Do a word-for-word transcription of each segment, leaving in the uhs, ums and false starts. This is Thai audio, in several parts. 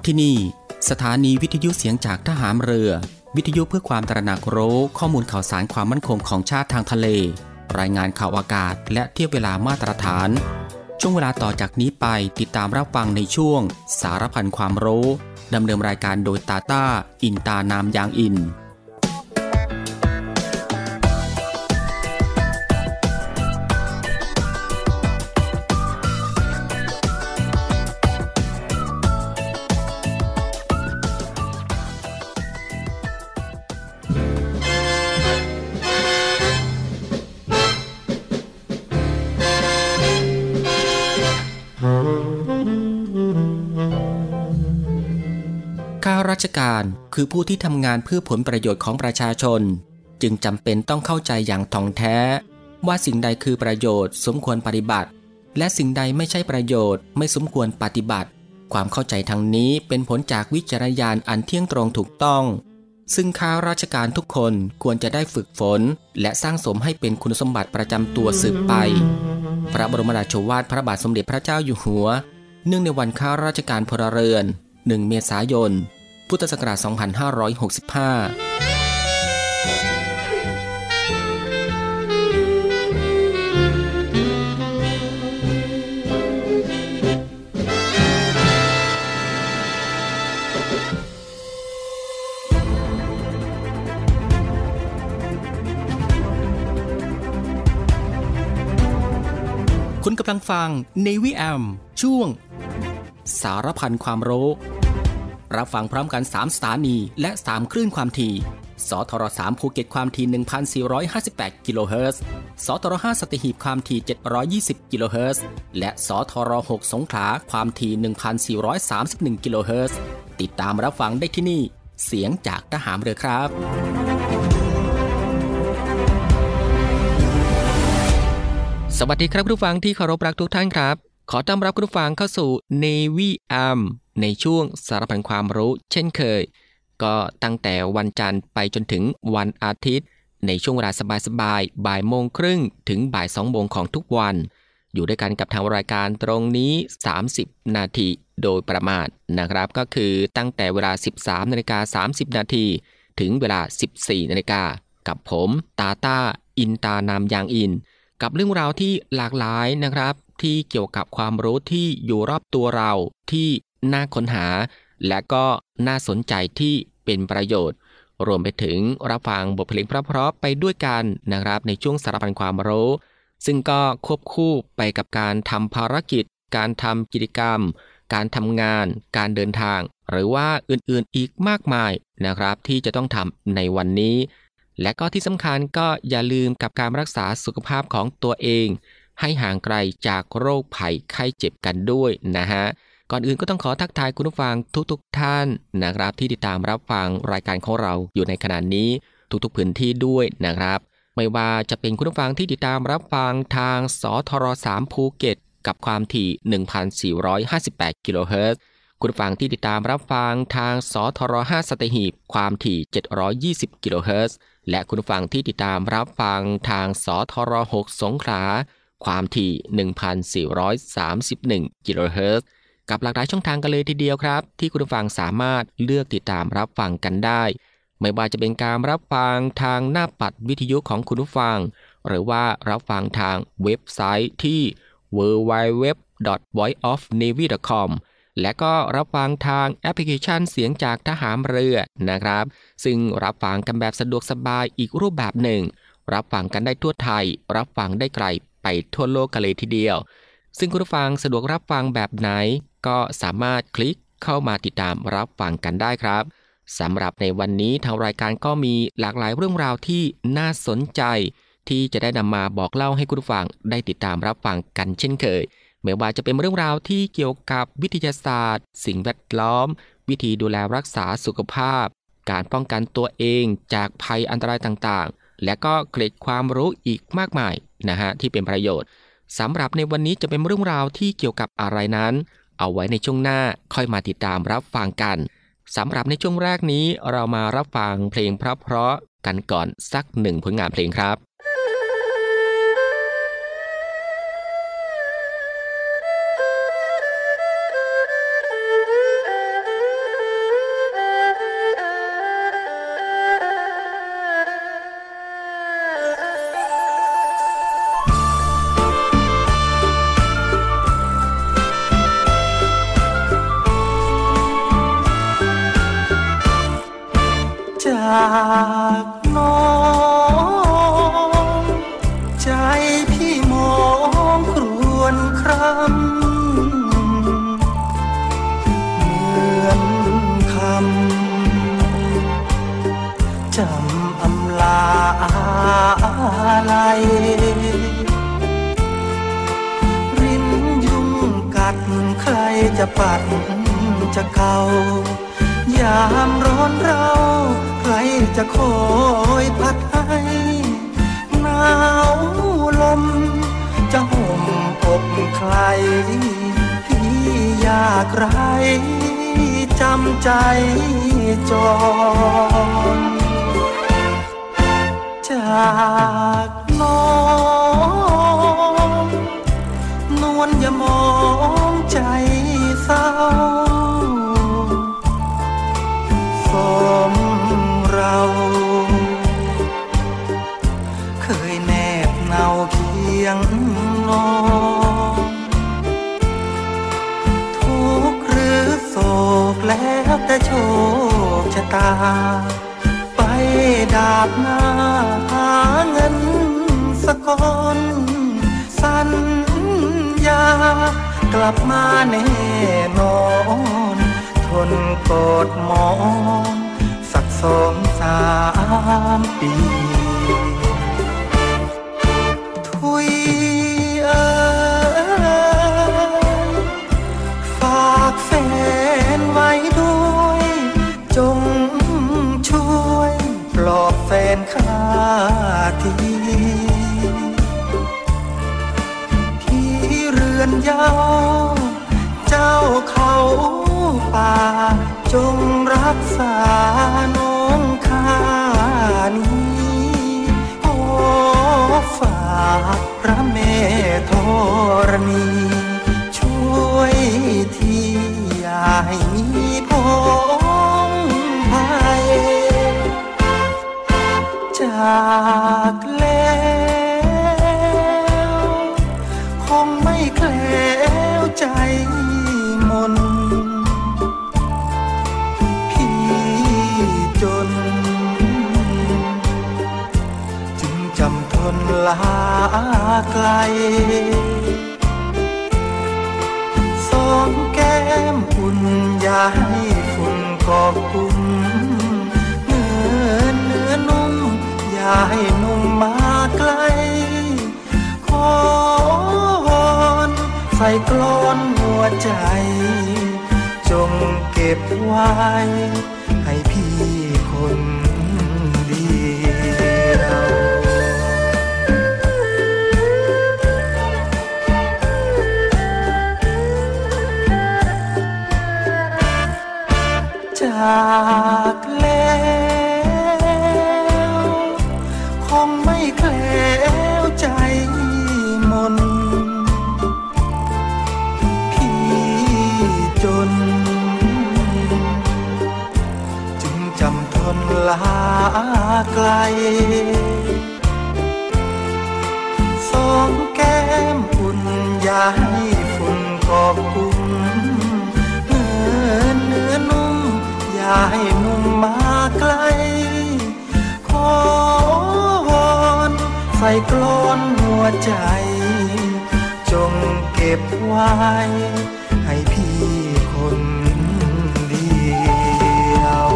ที่นี่สถานีวิทยุเสียงจากทหารเรือวิทยุเพื่อความตระหนักรู้ข้อมูลข่าวสารความมั่นคงของชาติทางทะเลรายงานข่าวอากาศและเทียบเวลามาตรฐานช่วงเวลาต่อจากนี้ไปติดตามรับฟังในช่วงสารพันความรู้ดำเนินรายการโดยตาต้าอินตานามยางอินข้าราชการคือผู้ที่ทำงานเพื่อผลประโยชน์ของประชาชนจึงจำเป็นต้องเข้าใจอย่างท่องแท้ว่าสิ่งใดคือประโยชน์สมควรปฏิบัติและสิ่งใดไม่ใช่ประโยชน์ไม่สมควรปฏิบัติความเข้าใจทางนี้เป็นผลจากวิจารณญาณอันเที่ยงตรงถูกต้องซึ่งข้าราชการทุกคนควรจะได้ฝึกฝนและสร้างสมให้เป็นคุณสมบัติประจำตัวสืบไปพระบรมราโชวาทพระบาทสมเด็จพระเจ้าอยู่หัวเนื่องในวันข้าราชการพลเรือนหนึ่งเมษายนพุทธศักราชสองพันห้าร้อยหกสิบห้าคุณกำลังฟัง Navy เอ เอ็ม ช่วงสารพันความรู้รับฟังพร้อมกันสามสถานีและสามคลื่นความถี่สทรสามภูเก็ตความถี่ หนึ่งพันสี่ร้อยห้าสิบแปด กิโลเฮิรตซ์สทรห้าสัตหีบความถี่เจ็ดร้อยยี่สิบกิโลเฮิรตซ์และสทรหกสงขลาความถี่ หนึ่งพันสี่ร้อยสามสิบเอ็ด กิโลเฮิรตซ์ติดตามรับฟังได้ที่นี่เสียงจากทหารเรือครับสวัสดีครับผู้ฟังที่เคารพรักทุกท่านครับขอต้อนรับผู้ฟังเข้าสู่ Navy เอ เอ็ม ในช่วงสารพันความรู้เช่นเคยก็ตั้งแต่วันจันทร์ไปจนถึงวันอาทิตย์ในช่วงเวลาสบายๆบ่ายโมงครึ่งถึงบ่ายสองโมงของทุกวันอยู่ด้วยกันกับทางรายการตรงนี้สามสิบนาทีโดยประมาณนะครับก็คือตั้งแต่เวลา สิบสามนาฬิกาสามสิบนาทีถึงเวลา สิบสี่นาฬิกากับผมตาต้าอินตานามยางอินกับเรื่องราวที่หลากหลายนะครับที่เกี่ยวกับความรู้ที่อยู่รอบตัวเราที่น่าค้นหาและก็น่าสนใจที่เป็นประโยชน์รวมไปถึงรับฟังบทเพลงเพราะๆไปด้วยกันนะครับในช่วงสารพันความรู้ซึ่งก็ควบคู่ไปกับการทำภารกิจการทำกิจกรรมการทำงานการเดินทางหรือว่าอื่นๆอีกมากมายนะครับที่จะต้องทำในวันนี้และก็ที่สำคัญก็อย่าลืมกับการรักษาสุขภาพของตัวเองให้ห่างไกลจากโรคภัยไข้เจ็บกันด้วยนะฮะก่อนอื่นก็ต้องขอทักทายคุณผู้ฟังทุกๆท่านนะครับที่ติดตามรับฟังรายการของเราอยู่ในขณะนี้ทุกๆพื้นที่ด้วยนะครับไม่ว่าจะเป็นคุณผู้ฟังที่ติดตามรับฟังทางสทรสามภูเก็ตกับความถี่ หนึ่งพันสี่ร้อยห้าสิบแปด กิโลเฮิรตซ์คุณผู้ฟังที่ติดตามรับฟังทางสทรห้าสัตหีบความถี่เจ็ดร้อยยี่สิบกิโลเฮิรตซ์และคุณผู้ฟังที่ติดตามรับฟังทางสทรหกสงขลาความถี่ หนึ่งพันสี่ร้อยสามสิบเอ็ด กิโลเฮิรตซ์กับหลากหลายช่องทางกันเลยทีเดียวครับที่คุณผู้ฟังสามารถเลือกติดตามรับฟังกันได้ไม่ว่าจะเป็นการรับฟังทางหน้าปัดวิทยุของคุณผู้ฟังหรือว่ารับฟังทางเว็บไซต์ที่ ดับเบิลยู ดับเบิลยู ดับเบิลยู ดอท วอยซ์ ออฟ เนวี่ ดอท คอม และก็รับฟังทางแอปพลิเคชันเสียงจากทหารเรือนะครับซึ่งรับฟังกันแบบสะดวกสบายอีกรูปแบบหนึ่งรับฟังกันได้ทั่วไทยรับฟังได้ไกลไปทั่วโลกกันเลยทีเดียวซึ่งคุณผู้ฟังสะดวกรับฟังแบบไหนก็สามารถคลิกเข้ามาติดตามรับฟังกันได้ครับสำหรับในวันนี้ทางรายการก็มีหลากหลายเรื่องราวที่น่าสนใจที่จะได้นำมาบอกเล่าให้คุณผู้ฟังได้ติดตามรับฟังกันเช่นเคยไม่ว่าจะเป็นเรื่องราวที่เกี่ยวกับวิทยาศาสตร์สิ่งแวดล้อมวิธีดูแลรักษาสุขภาพการป้องกันตัวเองจากภัยอันตรายต่างๆและก็เกร็ดความรู้อีกมากมายนะฮะที่เป็นประโยชน์สำหรับในวันนี้จะเป็นเรื่องราวที่เกี่ยวกับอะไรนั้นเอาไว้ในช่วงหน้าค่อยมาติดตามรับฟังกันสำหรับในช่วงแรกนี้เรามารับฟังเพลงเพราะๆกันก่อนสักหนึ่งผลงานเพลงครับเำลาอะไรรินยุงกัดใครจะปัดจะเก่ายามร้อนเราใครจะคอยพัดให้หนาวลมจะห่มอกใครพี่อยากไรจำใจจองจากน้องนวลอย่ามองใจเศร้าสมเราเคยแนบเนาเคียงน้องทุกข์หรือโศกแล้วแต่โชคชะตาไปดาบหน้าหาเงินสักก้อนสัญญากลับมาแน่นอนทนกอดหมอนสักสองสามปีทุยเอ่ยฝากแฟนไว้ด้วยจงช่วยปลอบแฟนข้าทีที่เรือนยาวเจ้าเขาป่าจงรักษาน้องข้านี้ขอฝากพระแม่ธรณีช่วยทีอย่าให้มีพ้องภัยจากแล้วคงไม่แคล้วใจมนพี่จนจึงจำทนลาไกลสองแก้มอุ่นอย่าให้ฝุ่นก่อกุ่นเนื้อเนื้อนุ่มอย่าให้นุ่มมาไกลขอวอนใส่กลอนหัวใจจงเก็บไว้ให้พี่คนเดียวจากแล้วคงไม่แคล้วใจมนพี่จนจึงจำทนลาไกลสองแก้มอุ่นอย่าให้ฝุ่นก่อกุ่นเนื้อเนื้อนุ่มอย่าให้นุ่มมาไกลขอวอนใส่กลอนหัวใจจงเก็บไว้ให้พี่คนเดียว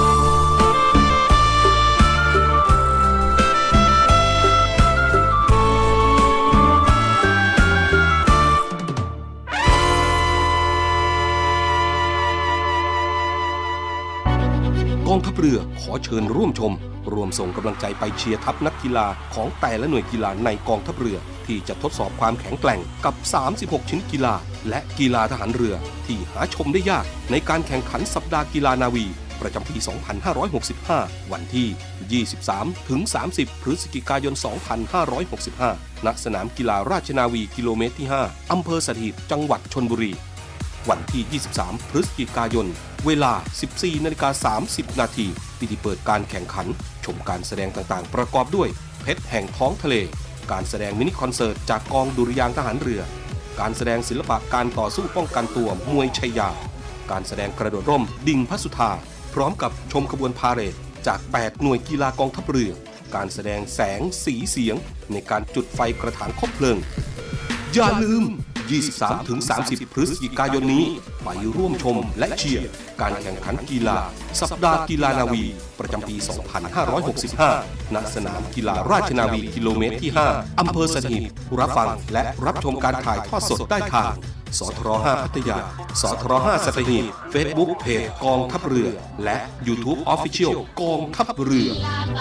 กองทัพเรือขอเชิญร่วมชมรวมส่งกำลังใจไปเชียร์ทัพนักกีฬาของแต่ละหน่วยกีฬาในกองทัพเรือที่จะทดสอบความแข็งแกร่งกับสามสิบหกชิ้นกีฬาและกีฬาทหารเรือที่หาชมได้ยากในการแข่งขันสัปดาห์กีฬานาวีประจำปี สองพันห้าร้อยหกสิบห้า วันที่ ยี่สิบสามถึงสามสิบ พฤศจิกายน สองพันห้าร้อยหกสิบห้า ณ สนามกีฬาราชนาวีกิโลเมตรที่ ห้า อำเภอสัตหีบ จังหวัดชลบุรีวันที่ ยี่สิบสาม พฤศจิกายน เวลา สิบสี่นาฬิกาสามสิบ นาทีพิธีเปิดการแข่งขันชมการแสดงต่างๆประกอบด้วยเพชรแห่งท้องทะเลการแสดงมินิคอนเสิร์ตจากกองดุริยางค์ทหารเรือการแสดงศิลปะการต่อสู้ป้องกันตัวมวยชัยยาการแสดงกระโดดร่มดิ่งพระสุธาพร้อมกับชมขบวนพาเหรดจากแปดหน่วยกีฬากองทัพเรือการแสดงแสงสีเสียงในการจุดไฟกระถางคบเพลิงอย่าลืม ยี่สิบสามถึงสามสิบ พฤศจิกายนนี้ไปร่วมชมและเชียร์การแข่งขันกีฬาสัปดาห์กีฬานาวีประจำปี สองพันห้าร้อยหกสิบห้า ณ สนามกีฬาราชนาวีกิโลเมตรที่ ห้า อำเภอสัตหีบรับฟังและรับชมการถ่ายทอดสดได้ทางสทรห้าพัทยาสทรห้าสัตหีบ Facebook เพจกองทัพเรือและ YouTube Official กองทัพเรือ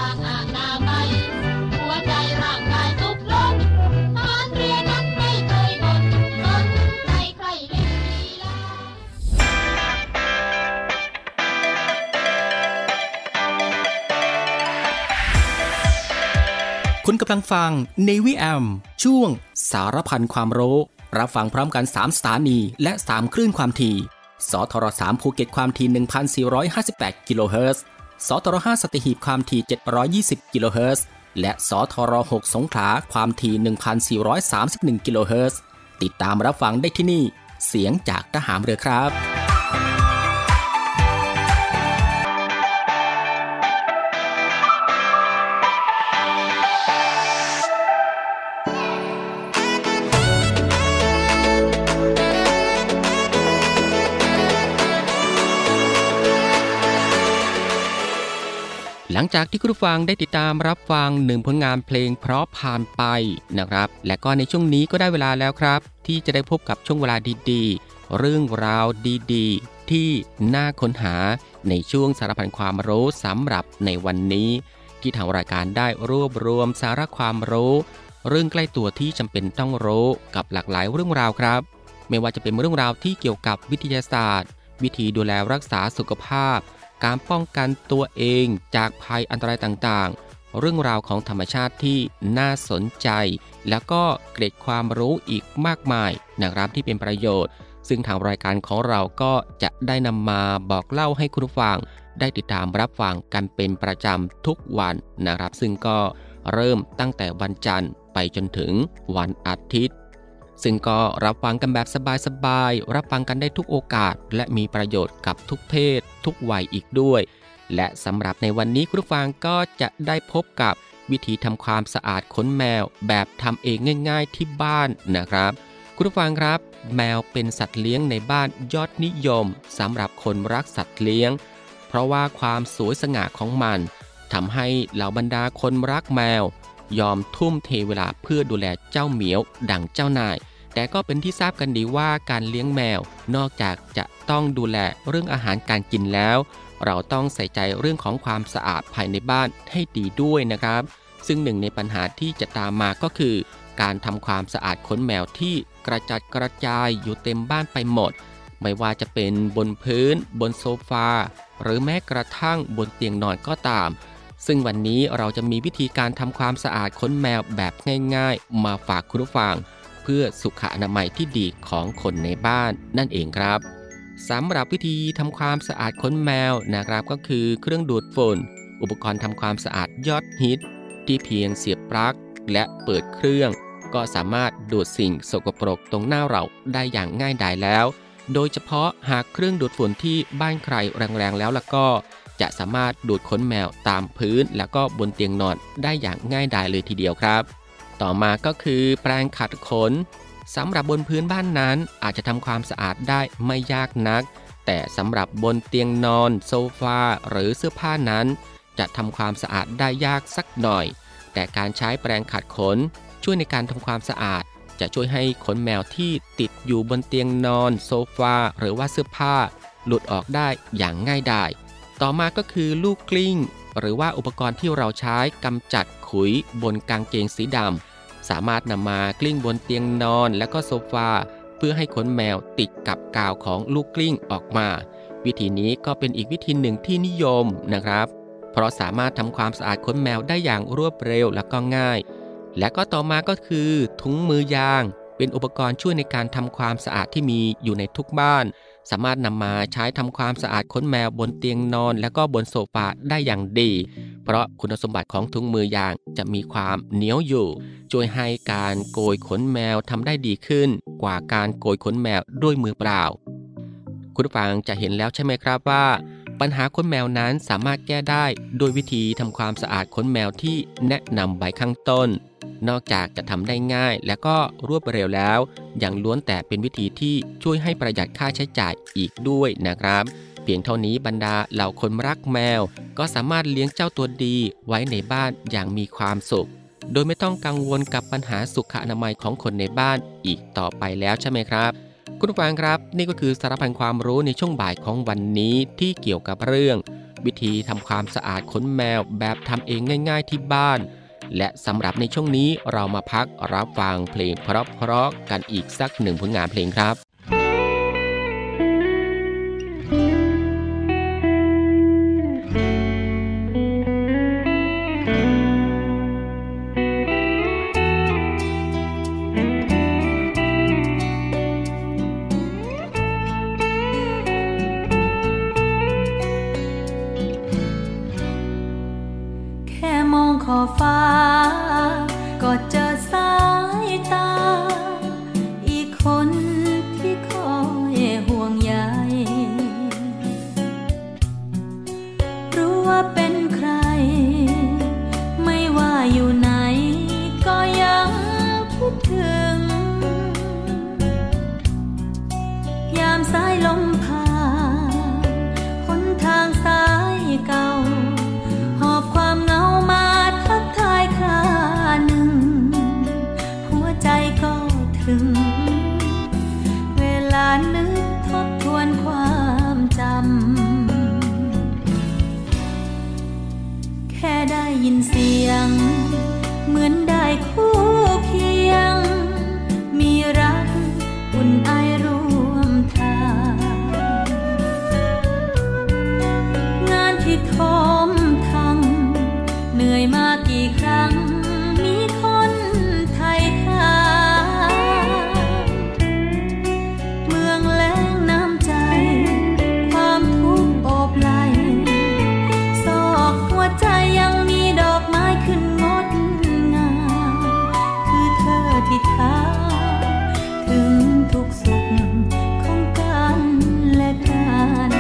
คุณกำลังฟัง Navy เอ เอ็ม ช่วงสารพันความรู้รับฟังพร้อมกันสามสถานีและสามคลื่นความถี่สทรสามภูเก็ตความถี่ หนึ่งพันสี่ร้อยห้าสิบแปด กิโลเฮิรตซ์สทรห้าสัตหีบความถี่เจ็ดร้อยยี่สิบกิโลเฮิรตซ์และสทรหกสงขลาความถี่ หนึ่งพันสี่ร้อยสามสิบเอ็ด กิโลเฮิรตซ์ติดตามรับฟังได้ที่นี่เสียงจากทหารเรือครับหลังจากที่คุณผู้ฟังได้ติดตามรับฟังหนึ่งผลงานเพลงเพราะผ่านไปนะครับและก็ในช่วงนี้ก็ได้เวลาแล้วครับที่จะได้พบกับช่วงเวลาดีๆเรื่องราวดีๆที่น่าค้นหาในช่วงสารพันความรู้สำหรับในวันนี้ที่ทางรายการได้รวบรวมสาระความรู้เรื่องใกล้ตัวที่จำเป็นต้องรู้กับหลากหลายเรื่องราวครับไม่ว่าจะเป็นเรื่องราวที่เกี่ยวกับวิทยาศาสตร์วิธีดูแลรักษาสุขภาพการป้องกันตัวเองจากภัยอันตรายต่างๆเรื่องราวของธรรมชาติที่น่าสนใจแล้วก็เกร็ดความรู้อีกมากมายนะครับที่เป็นประโยชน์ซึ่งทางรายการของเราก็จะได้นำมาบอกเล่าให้คุณผู้ฟังได้ติดตามรับฟังกันเป็นประจำทุกวันนะครับซึ่งก็เริ่มตั้งแต่วันจันทร์ไปจนถึงวันอาทิตย์ซึ่งก็รับฟังกันแบบสบายๆรับฟังกันได้ทุกโอกาสและมีประโยชน์กับทุกเพศทุกวัยอีกด้วยและสำหรับในวันนี้คุณผู้ฟังก็จะได้พบกับวิธีทำความสะอาดขนแมวแบบทำเองง่ายๆที่บ้านนะครับคุณผู้ฟังครับแมวเป็นสัตว์เลี้ยงในบ้านยอดนิยมสำหรับคนรักสัตว์เลี้ยงเพราะว่าความสวยสง่าของมันทำให้เหล่าบรรดาคนรักแมวยอมทุ่มเทเวลาเพื่อดูแลเจ้าเหมียวดั่งเจ้านายแต่ก็เป็นที่ทราบกันดีว่าการเลี้ยงแมวนอกจากจะต้องดูแลเรื่องอาหารการกินแล้วเราต้องใส่ใจเรื่องของความสะอาดภายในบ้านให้ดีด้วยนะครับซึ่งหนึ่งในปัญหาที่จะตามมาก็คือการทำความสะอาดขนแมวที่กระจัดกระจายอยู่เต็มบ้านไปหมดไม่ว่าจะเป็นบนพื้นบนโซฟาหรือแม้กระทั่งบนเตียงนอนก็ตามซึ่งวันนี้เราจะมีวิธีการทำความสะอาดขนแมวแบบง่ายๆมาฝากคุณผู้ฟังเพื่อสุขอนามัยที่ดีของคนในบ้านนั่นเองครับสำหรับวิธีทำความสะอาดขนแมวนะครับก็คือเครื่องดูดฝุ่นอุปกรณ์ทำความสะอาดยอดฮิตที่เพียงเสียบปลั๊กและเปิดเครื่องก็สามารถดูดสิ่งสกปรกตรงหน้าเราได้อย่างง่ายดายแล้วโดยเฉพาะหากเครื่องดูดฝุ่นที่บ้านใครแรงๆแล้วล่ะก็จะสามารถดูดขนแมวตามพื้นแล้วก็บนเตียงนอนได้อย่างง่ายดายเลยทีเดียวครับต่อมาก็คือแปรงขัดขนสำหรับบนพื้นบ้านนั้นอาจจะทำความสะอาดได้ไม่ยากนักแต่สำหรับบนเตียงนอนโซฟาหรือเสื้อผ้านั้นจะทำความสะอาดได้ยากสักหน่อยแต่การใช้แปรงขัดขนช่วยในการทำความสะอาดจะช่วยให้ขนแมวที่ติดอยู่บนเตียงนอนโซฟาหรือว่าเสื้อผ้าหลุดออกได้อย่างง่ายดายต่อมาก็คือลูกกลิ้งหรือว่าอุปกรณ์ที่เราใช้กำจัดขุยบนกางเกงสีดำสามารถนำมากลิ้งบนเตียงนอนและก็โซฟาเพื่อให้ขนแมวติดกับกาวของลูกกลิ้งออกมาวิธีนี้ก็เป็นอีกวิธีหนึ่งที่นิยมนะครับเพราะสามารถทำความสะอาดขนแมวได้อย่างรวดเร็วและก็ง่ายและก็ต่อมาก็คือถุงมือยางเป็นอุปกรณ์ช่วยในการทำความสะอาดที่มีอยู่ในทุกบ้านสามารถนำมาใช้ทำความสะอาดขนแมวบนเตียงนอนและก็บนโซฟาได้อย่างดีเพราะคุณสมบัติของถุงมือยางจะมีความเหนียวอยู่ช่วยให้การโกยขนแมวทำได้ดีขึ้นกว่าการโกยขนแมวด้วยมือเปล่าคุณผู้ฟังจะเห็นแล้วใช่ไหมครับว่าปัญหาขนแมวนั้นสามารถแก้ได้โดยวิธีทำความสะอาดขนแมวที่แนะนำไว้ข้างต้นนอกจากจะทำได้ง่ายและก็รวดเร็วแล้วยังล้วนแต่เป็นวิธีที่ช่วยให้ประหยัดค่าใช้จ่ายอีกด้วยนะครับเพียงเท่านี้บรรดาเหล่าคนรักแมวก็สามารถเลี้ยงเจ้าตัวดีไว้ในบ้านอย่างมีความสุขโดยไม่ต้องกังวลกับปัญหาสุขอนามัยของคนในบ้านอีกต่อไปแล้วใช่ไหมครับคุณผู้ฟังครับนี่ก็คือสารพันความรู้ในช่วงบ่ายของวันนี้ที่เกี่ยวกับเรื่องวิธีทำความสะอาดขนแมวแบบทำเองง่ายๆที่บ้านและสำหรับในช่วงนี้เรามาพักรับฟังเพลงเพราะๆกันอีกสักหนึ่งผลงานเพลงครับขอบฟ้าก็เจอสายตาอีกคนที่คอยห่วงใยรู้ว่าเป็นใครไม่ว่าอยู่ไหนก็ยังคิดถึงยามสายลมผ่านหนทางสายเก่าหอบความเหงามาทักทายคราหนึ่งหัวใจก็ถึงเวลานึกทบทวนความจำแค่ได้ยินเสียงเหมือนได้คู่เคียงมีรักอุ่นไอร่วมทางงานที่ทมทั้งเหนื่อยมากี่ครั้งมีคนไทยค่าเมืองแล้งน้ำใจความทุกข์โอบไหลซอกหัวใจยังมีดอกไม้ขึ้นงดงามคือเธอที่ทาถึงทุกสุขของกันและกัน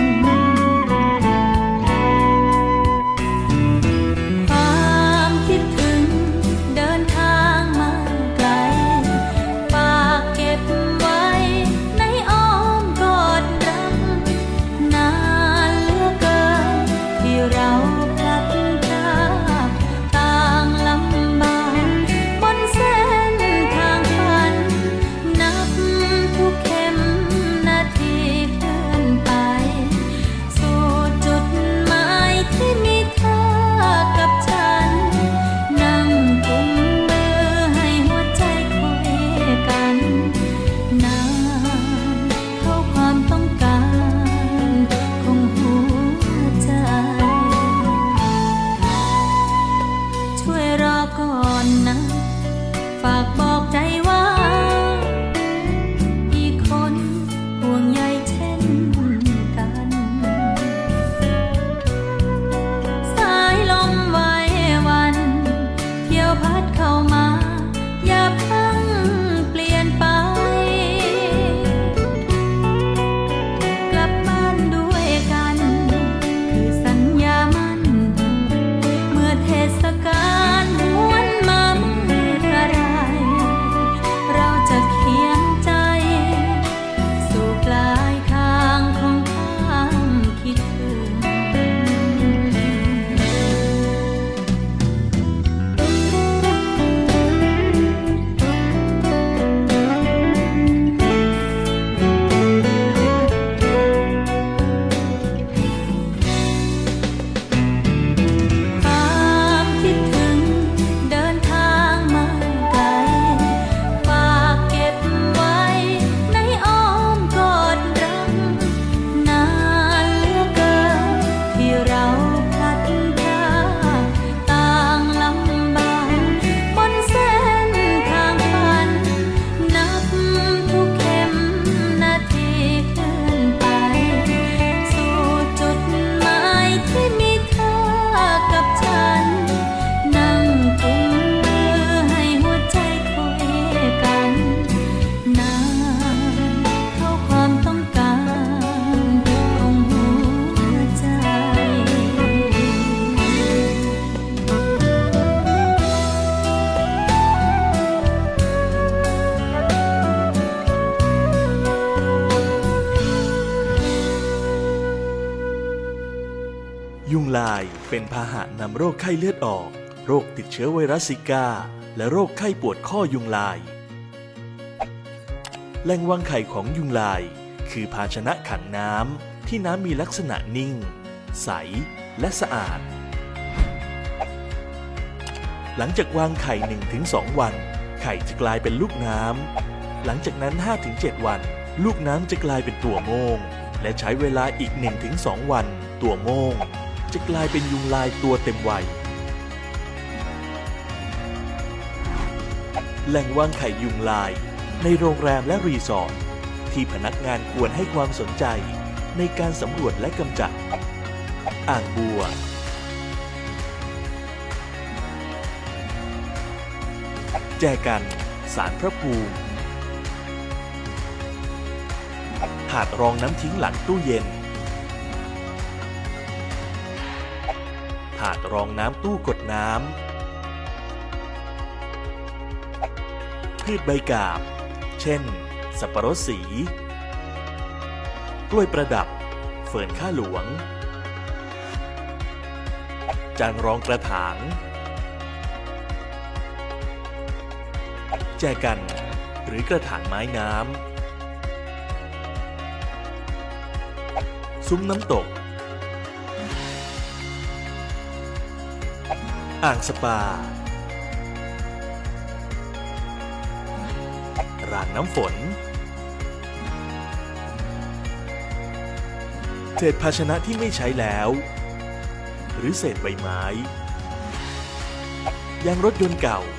เป็นพาหะนำโรคไข้เลือดออกโรคติดเชื้อไวรัสซิก้าและโรคไข้ปวดข้อยุงลายแหล่งวางไข่ของยุงลายคือภาชนะขังน้ำที่น้ำมีลักษณะนิ่งใสและสะอาดหลังจากวางไข่ หนึ่งถึงสอง วันไข่จะกลายเป็นลูกน้ำหลังจากนั้น ห้าถึงเจ็ด วันลูกน้ำจะกลายเป็นตัวโม่งและใช้เวลาอีก หนึ่งถึงสอง วันตัวโม่งจะกลายเป็นยุงลายตัวเต็มวัยแหล่งวางไข่ยุงลายในโรงแรมและรีสอร์ทที่พนักงานควรให้ความสนใจในการสำรวจและกำจัดอ่างบัวแจกันศาลพระภูมิถาดรองน้ำทิ้งหลังตู้เย็นถาดรองน้ำตู้กดน้ำพืชใบกาบเช่นสับปะรดสีกล้วยประดับเฟิร์นข้าหลวงจานรองกระถางแจกันหรือกระถางไม้น้ำซุ้มน้ำตกอ่างสปารางน้ำฝนเศษภาชนะที่ไม่ใช้แล้วหรือเศษใบไม้ยางรถยนต์เก่า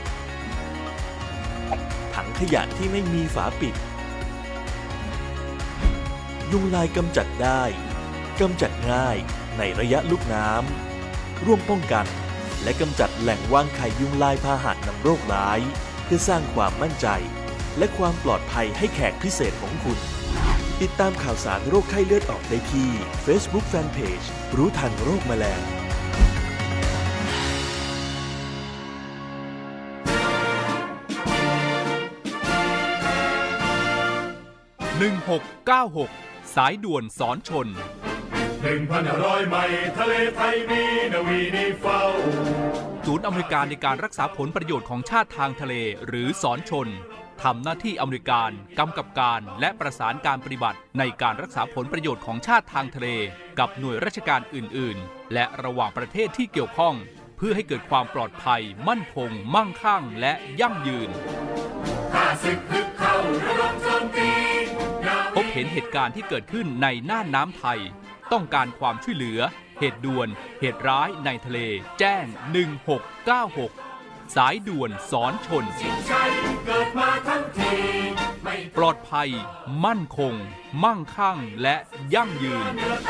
ถังขยะที่ไม่มีฝาปิดยุงลายกำจัดได้กำจัดง่ายในระยะลูกน้ำร่วมป้องกันและกำจัดแหล่งวางไข่ยุงลายพาหะนำโรคร้ายเพื่อสร้างความมั่นใจและความปลอดภัยให้แขกพิเศษของคุณติดตามข่าวสารโรคไข้เลือดออกได้ที่ Facebook Fanpage รู้ทันโรคแมลงหนึ่งหกเก้าหกสายด่วนสอนชนหนึ่งพันห้าร้อย ไมล์ทะเลไทยมีนาวีนิเฝ้าศูนย์อเมริการในการรักษาผลประโยชน์ของชาติทางทะเลหรือสอนชนทำหน้าที่อเมริการกำกับการและประสานการปฏิบัติในการรักษาผลประโยชน์ของชาติทางทะเลกับหน่วยราชการอื่นๆและระหว่างประเทศที่เกี่ยวข้องเพื่อให้เกิดความปลอดภัยมั่นคงมั่งคั่งและยั่งยืนข้าศึกฮึกเข้าระดมโจมตีพบเห็นเหตุการณ์ที่เกิดขึ้นในน่านน้ำไทยต้องการความช่วยเหลือเหตุด่วนเหตุร้ายในทะเลแจ้งหนึ่งหกเก้าหกสายด่วนสอนชนปลอดภัยมั่นคงมั่งคั่งและยั่งยืน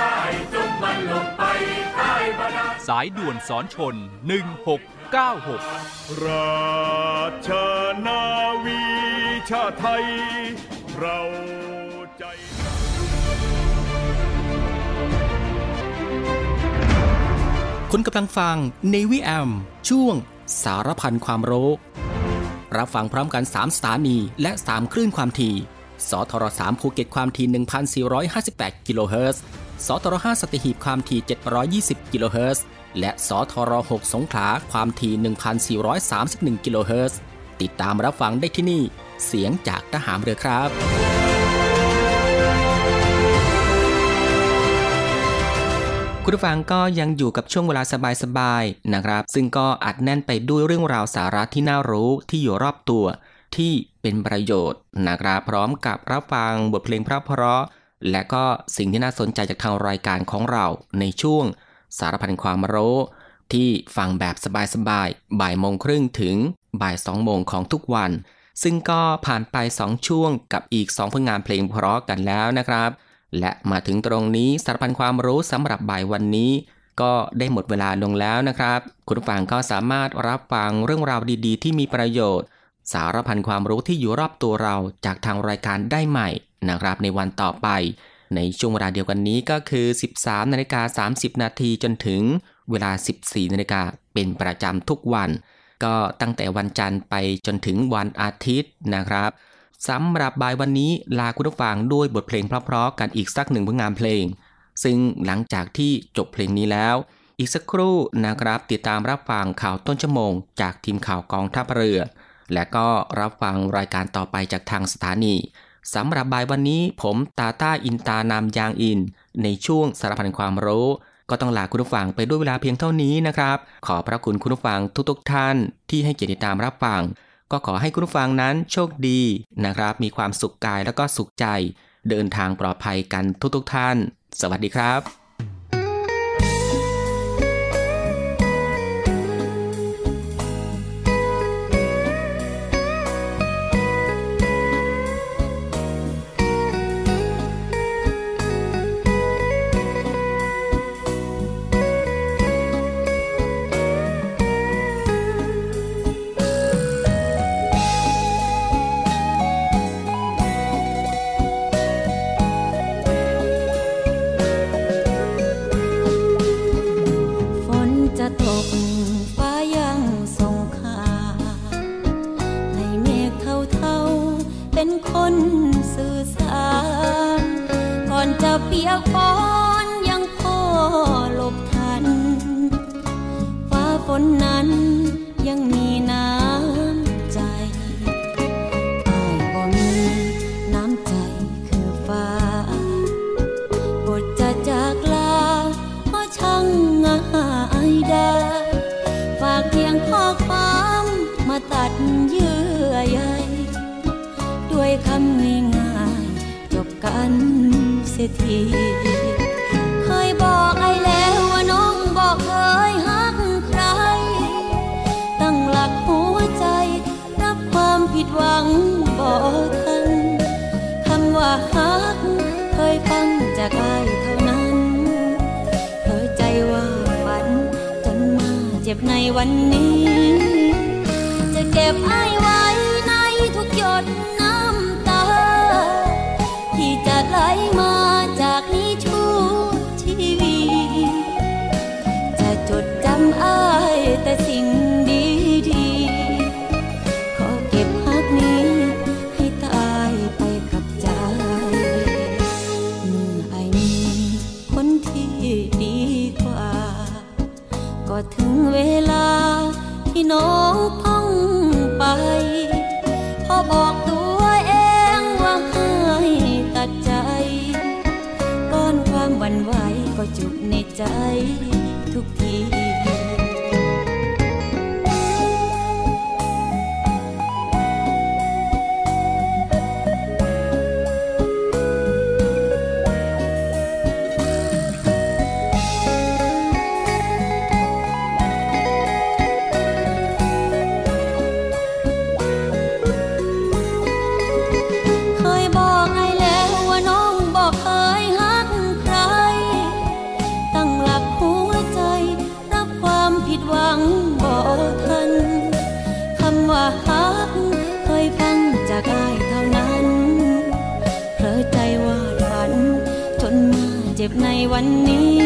สายด่วนสอนชนหนึ่งหกเก้าหกราชนาวีชาติไทยเราใจคุณกำลังฟัง Navy เอ เอ็ม ช่วงสารพันความรู้รับฟังพร้อมกันสามสถานีและสามคลื่นความถี่สทรสามภูเก็ตความถี่ หนึ่งพันสี่ร้อยห้าสิบแปด กิโลเฮิรตซ์สทรห้าสัตหีบความถี่เจ็ดร้อยยี่สิบกิโลเฮิรตซ์และสทรหกสงขลาความถี่ หนึ่งพันสี่ร้อยสามสิบเอ็ด กิโลเฮิรตซ์ติดตามรับฟังได้ที่นี่เสียงจากทหารเรือครับคุณผู้ฟังก็ยังอยู่กับช่วงเวลาสบายๆนะครับซึ่งก็อัดแน่นไปด้วยเรื่องราวสาระที่น่ารู้ที่อยู่รอบตัวที่เป็นประโยชน์นะครับพร้อมกับรับฟังบทเพลงเพราะๆและก็สิ่งที่น่าสนใจจากทางรายการของเราในช่วงสารพันความรู้ที่ฟังแบบสบายๆบ่ายโมงครึ่งถึงบ่ายสองโมงของทุกวันซึ่งก็ผ่านไปสองช่วงกับอีกสองผลงานเพลงเพราะกันแล้วนะครับและมาถึงตรงนี้สารพันความรู้สำหรับบ่ายวันนี้ก็ได้หมดเวลาลงแล้วนะครับคุณผู้ฟังก็สามารถรับฟังเรื่องราวดีๆที่มีประโยชน์สารพันความรู้ที่อยู่รอบตัวเราจากทางรายการได้ใหม่นะครับในวันต่อไปในช่วงเวลาเดียวกันนี้ก็คือ สิบสามนาฬิกาสามสิบนาทีจนถึงเวลา สิบสี่นาฬิกาเป็นประจำทุกวันก็ตั้งแต่วันจันทร์ไปจนถึงวันอาทิตย์นะครับสำหรับบ่ายวันนี้ลาคุณผู้ฟังด้วยบทเพลงเพราะๆกันอีกสักหนึ่งผลงานเพลงซึ่งหลังจากที่จบเพลงนี้แล้วอีกสักครู่นะครับติดตามรับฟังข่าวต้นชั่วโมงจากทีมข่าวกองทัพเรือและก็รับฟังรายการต่อไปจากทางสถานีสำหรับบ่ายวันนี้ผมตาต้าอินตานามยางอินในช่วงสารพันความรู้ก็ต้องลาคุณผู้ฟังไปด้วยเวลาเพียงเท่านี้นะครับขอพระคุณคุณผู้ฟังทุกๆท่านที่ให้เกียรติติดตามรับฟังก็ขอให้คุณผู้ฟังนั้นโชคดีนะครับมีความสุขกายแล้วก็สุขใจเดินทางปลอดภัยกันทุกๆท่านสวัสดีครับเปียกฝนยังพอหลบทันฟ้าฝนนั้นยังมีน้ำใจอ้ายบ่มีน้ำใจคือฟ้าบทจะจากลาเพราะช่างง่ายได้ฝากเพียงข้อความมาตัดเยื่อใยด้วยคำง่ายๆจบกันเสียทีเคยบอกไอ้แล้วว่าน้องบอกเคยฮักใครตั้งหลักหัวใจรับความผิดหวังบอกทันคำว่าฮักเคยฟังจากไอ้เท่านั้นเผลอใจว่าฝันจนมาเจ็บในวันนี้จะเก็บไอ้ไว้ในทุกหยดน้ำตาที่จะไหลมาจากนี้ชั่วชีวิตจะจดจำอ้ายแต่สิ่งดีๆขอเก็บฮักนี้ให้ตายไปกับใจเมื่อไอ้มีคนที่ดีกว่าก็ถึงเวลาที่น้องต้องไปพอบอกตัวเองว่าให้ตัดใจก้อนความหวั่นไหวก็จุกในใจทุกทีเจ็บในวันนี้